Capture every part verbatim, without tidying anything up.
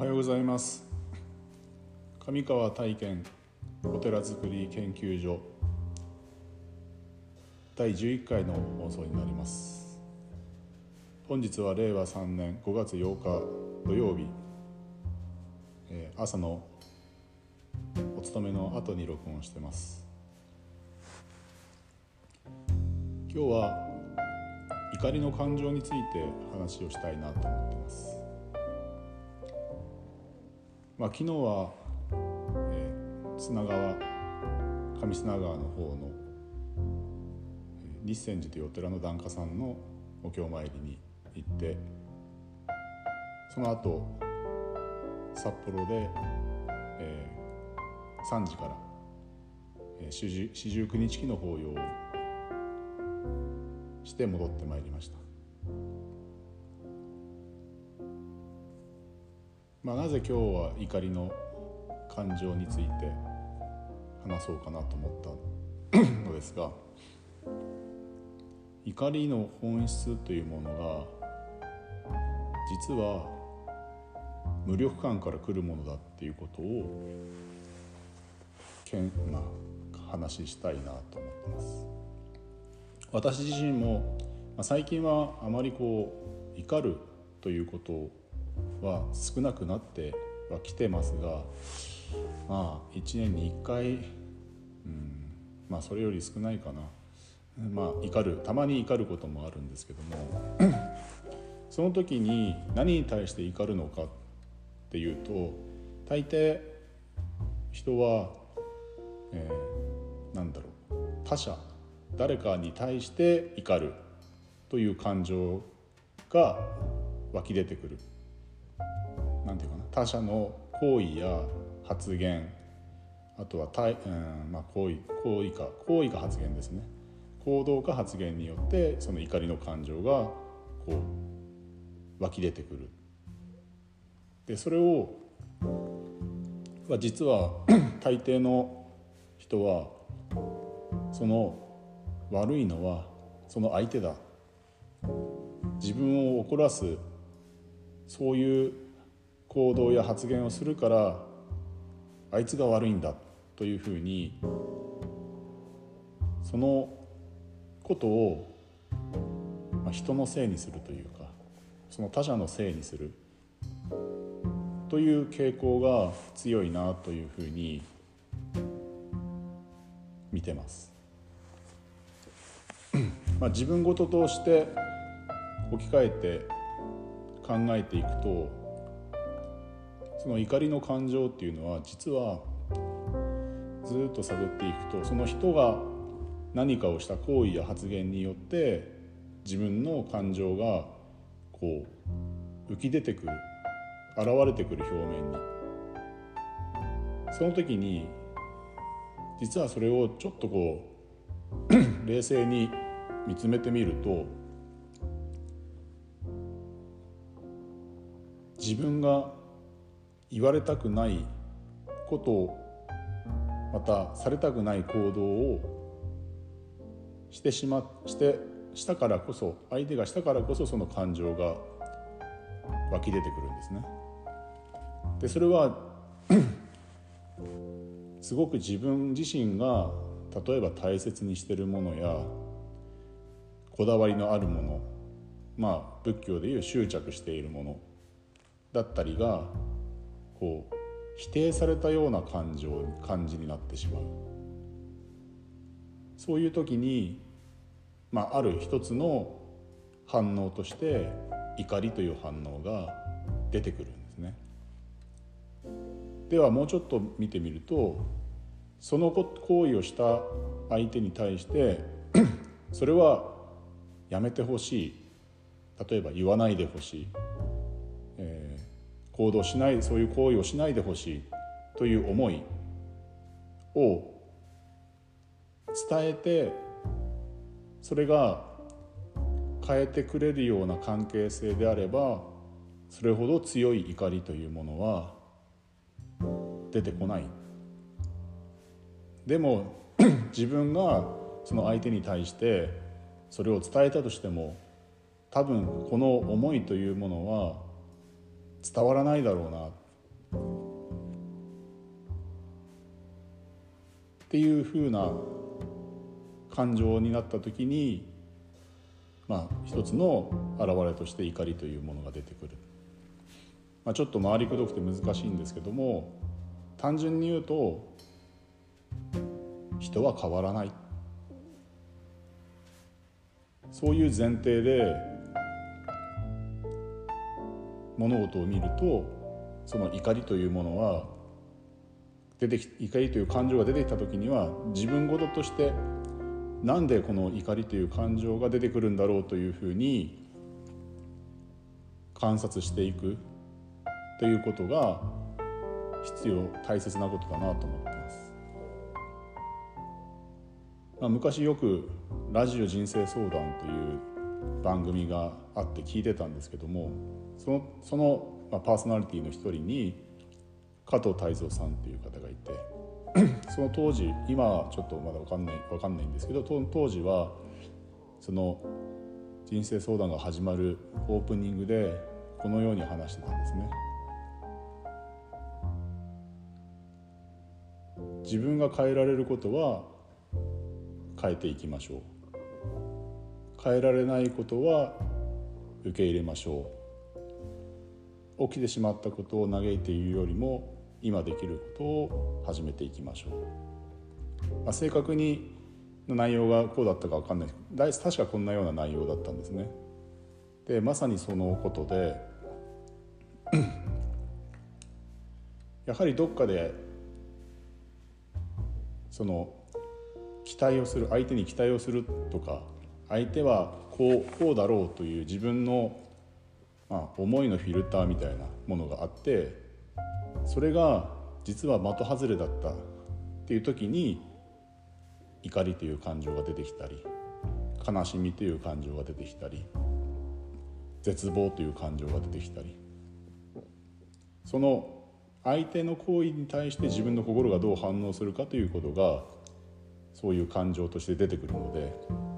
はようございます。上川体験お寺づくり研究所だいじゅういっかいの放送になります。本日はれいわさんねんごがつようか土曜日、えー、朝のお勤めの後に録音してます。今日は怒りの感情について話をしたいなと思っています。まあ、昨日は、えー、砂川上砂川の方の日泉寺というお寺の檀家さんのお経参りに行って、その後札幌で、えー、さんじから、えー、四十四十九日忌の法要をして戻ってまいりました。まあ、なぜ今日は怒りの感情について話そうかなと思ったのですが、怒りの本質というものが実は無力感から来るものだっていうことをけん、まあ、話したいなと思ってます。私自身も、まあ、最近はあまりこう怒るということは少なくなってはきてますが、まあいちねんにいっかい、うん、まあそれより少ないかな。まあ怒る、たまに怒ることもあるんですけどもその時に何に対して怒るのかっていうと、大抵人は、えー、なんだろう他者誰かに対して怒るという感情が湧き出てくる。なんていうかな、他者の行為や発言、あとは対、うんまあ、行為、行為か行為か発言ですね。行動か発言によってその怒りの感情がこう湧き出てくる。でそれをは実は大抵の人はその悪いのはその相手だ、自分を怒らすそういう行動や発言をするからあいつが悪いんだというふうに、そのことを、まあ、人のせいにするというか、その他者のせいにするという傾向が強いなというふうに見てます。まあ、自分事として置き換えて考えていくと、その怒りの感情っていうのは実はずっと探っていくと、その人が何かをした行為や発言によって自分の感情がこう浮き出てくる、現れてくる表面に。その時に実はそれをちょっとこう冷静に見つめてみると、自分が言われたくないことを、またされたくない行動をしてしましてしたからこそ、相手がしたからこそその感情が湧き出てくるんですね。でそれはすごく自分自身が例えば大切にしているものやこだわりのあるもの、まあ仏教でいう執着しているものだったりがこう否定されたような感情感じになってしまう。そういう時に、まあ、ある一つの反応として怒りという反応が出てくるんですね。ではもうちょっと見てみると、その行為をした相手に対してそれはやめてほしい、例えば言わないでほしい、えー、行動しない、そういう行為をしないでほしいという思いを伝えて、それが変えてくれるような関係性であれば、それほど強い怒りというものは出てこない。でも自分がその相手に対してそれを伝えたとしても、多分この思いというものは伝わらないだろうな、 っていう風な感情になった時に、まあ一つの現れとして怒りというものが出てくる。まあ、ちょっと回りくどくて難しいんですけども、単純に言うと人は変わらない、そういう前提で物事を見ると、その怒りというものは出てき怒りという感情が出てきた時には、自分事としてなんでこの怒りという感情が出てくるんだろうというふうに観察していくということが必要大切なことだなと思ってます。まあ、昔よくラジオ人生相談という番組があって聞いてたんですけども、その、その、まあ、パーソナリティの一人に加藤泰造さんという方がいてその当時、今はちょっとまだ分かんない、分かんないんですけど、当時はその人生相談が始まるオープニングでこのように話してたんですね。自分が変えられることは変えていきましょう。変えられないことは受け入れましょう。起きてしまったことを嘆いているよりも、今できることを始めていきましょう。まあ、正確にの内容がこうだったか分かんないですけど、確かこんなような内容だったんですね。でまさにそのことでやはりどっかでその期待をする、相手に期待をするとか、相手はこう、こうだろうという自分の、まあ、思いのフィルターみたいなものがあって、それが実は的外れだったっていう時に怒りという感情が出てきたり、悲しみという感情が出てきたり、絶望という感情が出てきたり、その相手の行為に対して自分の心がどう反応するかということが、そういう感情として出てくるので、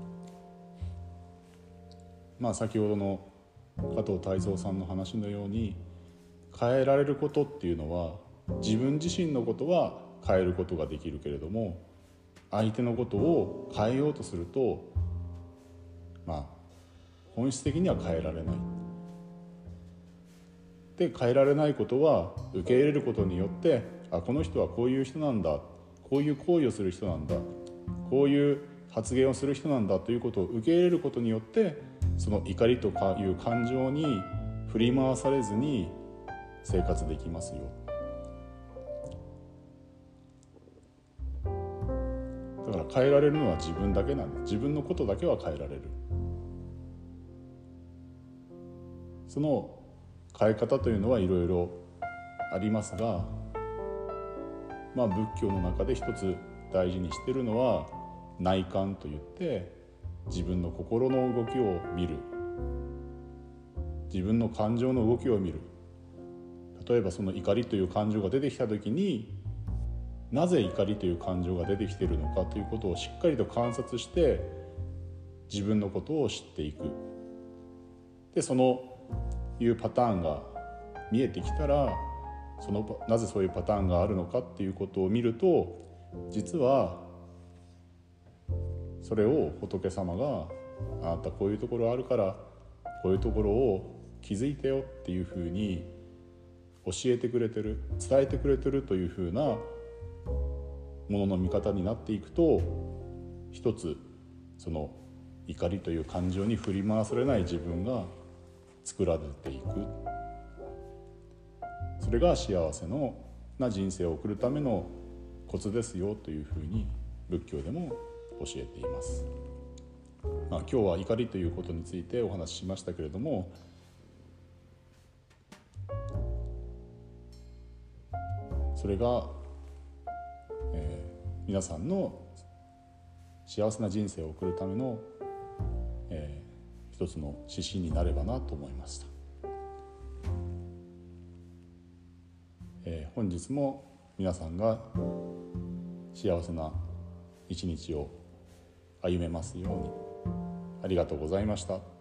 まあ先ほどの加藤泰造さんの話のように、変えられることっていうのは、自分自身のことは変えることができるけれども、相手のことを変えようとすると、まあ本質的には変えられない。で変えられないことは受け入れることによって、あ、この人はこういう人なんだ、こういう行為をする人なんだ、こういう発言をする人なんだということを受け入れることによって、その怒りとかいう感情に振り回されずに生活できますよ。だから変えられるのは自分だけなんです。自分のことだけは変えられる。その変え方というのはいろいろありますが、まあ仏教の中で一つ大事にしているのは内観といって、自分の心の動きを見る、自分の感情の動きを見る。例えばその怒りという感情が出てきた時に、なぜ怒りという感情が出てきているのかということをしっかりと観察して、自分のことを知っていく。でそのいうパターンが見えてきたら、そのなぜそういうパターンがあるのかっていうことを見ると、実はそれを仏様が、あなたこういうところあるからこういうところを気づいてよっていうふうに教えてくれてる、伝えてくれてるというふうなものの見方になっていくと、一つその怒りという感情に振り回されない自分が作られていく。それが幸せのな人生を送るためのコツですよというふうに仏教でも教えています。まあ、今日は怒りということについてお話ししましたけれども、それが、えー、皆さんの幸せな人生を送るための、えー、一つの指針になればなと思いました。えー、本日も皆さんが幸せな一日を歩めますように。ありがとうございました。